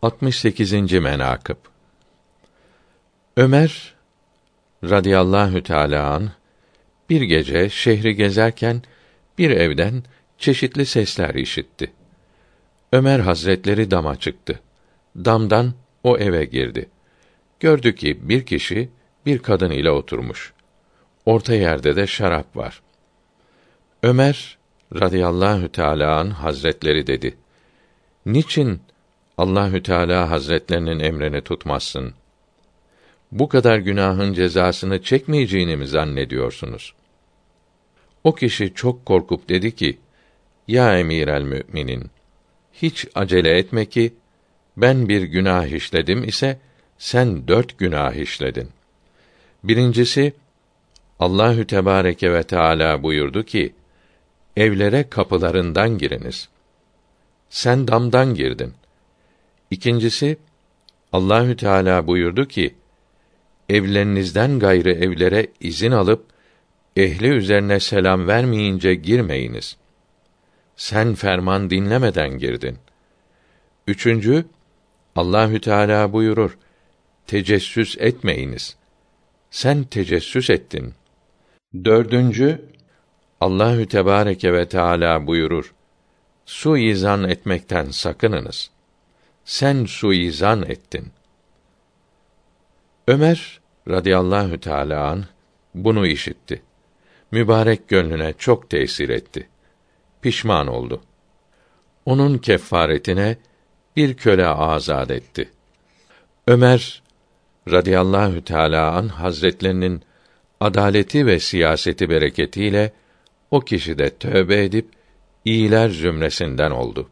68. menakıb. Ömer radıyallahu teâlâ anh bir gece şehri gezerken bir evden çeşitli sesler işitti. Ömer Hazretleri dama çıktı. Damdan o eve girdi. Gördü ki bir kişi bir kadın ile oturmuş. Orta yerde de şarap var. Ömer radıyallahu teâlâ anh Hazretleri dedi: "Niçin Allahü Teala Hazretlerinin emrini tutmazsın? Bu kadar günahın cezasını çekmeyeceğini mi zannediyorsunuz?" O kişi çok korkup dedi ki: "Ya Emirel Müminin, hiç acele etme ki ben bir günah işledim ise sen 4 günah işledin. Birincisi, Allahü Tebareke ve Teala buyurdu ki, evlere kapılarından giriniz. Sen damdan girdin. İkincisi, Allahü Teala buyurdu ki, evlerinizden gayrı evlere izin alıp ehli üzerine selam vermeyince girmeyiniz. Sen ferman dinlemeden girdin. Üçüncü, Allahü Teala buyurur, tecessüs etmeyiniz. Sen tecessüs ettin. Dördüncü, Allahü Tebareke ve Teala buyurur, suizan etmekten sakınınız. Sen suizan ettin." Ömer radıyallahu teâlâ anh bunu işitti. Mübarek gönlüne çok tesir etti. Pişman oldu. Onun kefaretine bir köle azad etti. Ömer radıyallahu teâlâ anh Hazretlerinin adaleti ve siyaseti bereketiyle o kişi de tövbe edip iyiler zümresinden oldu.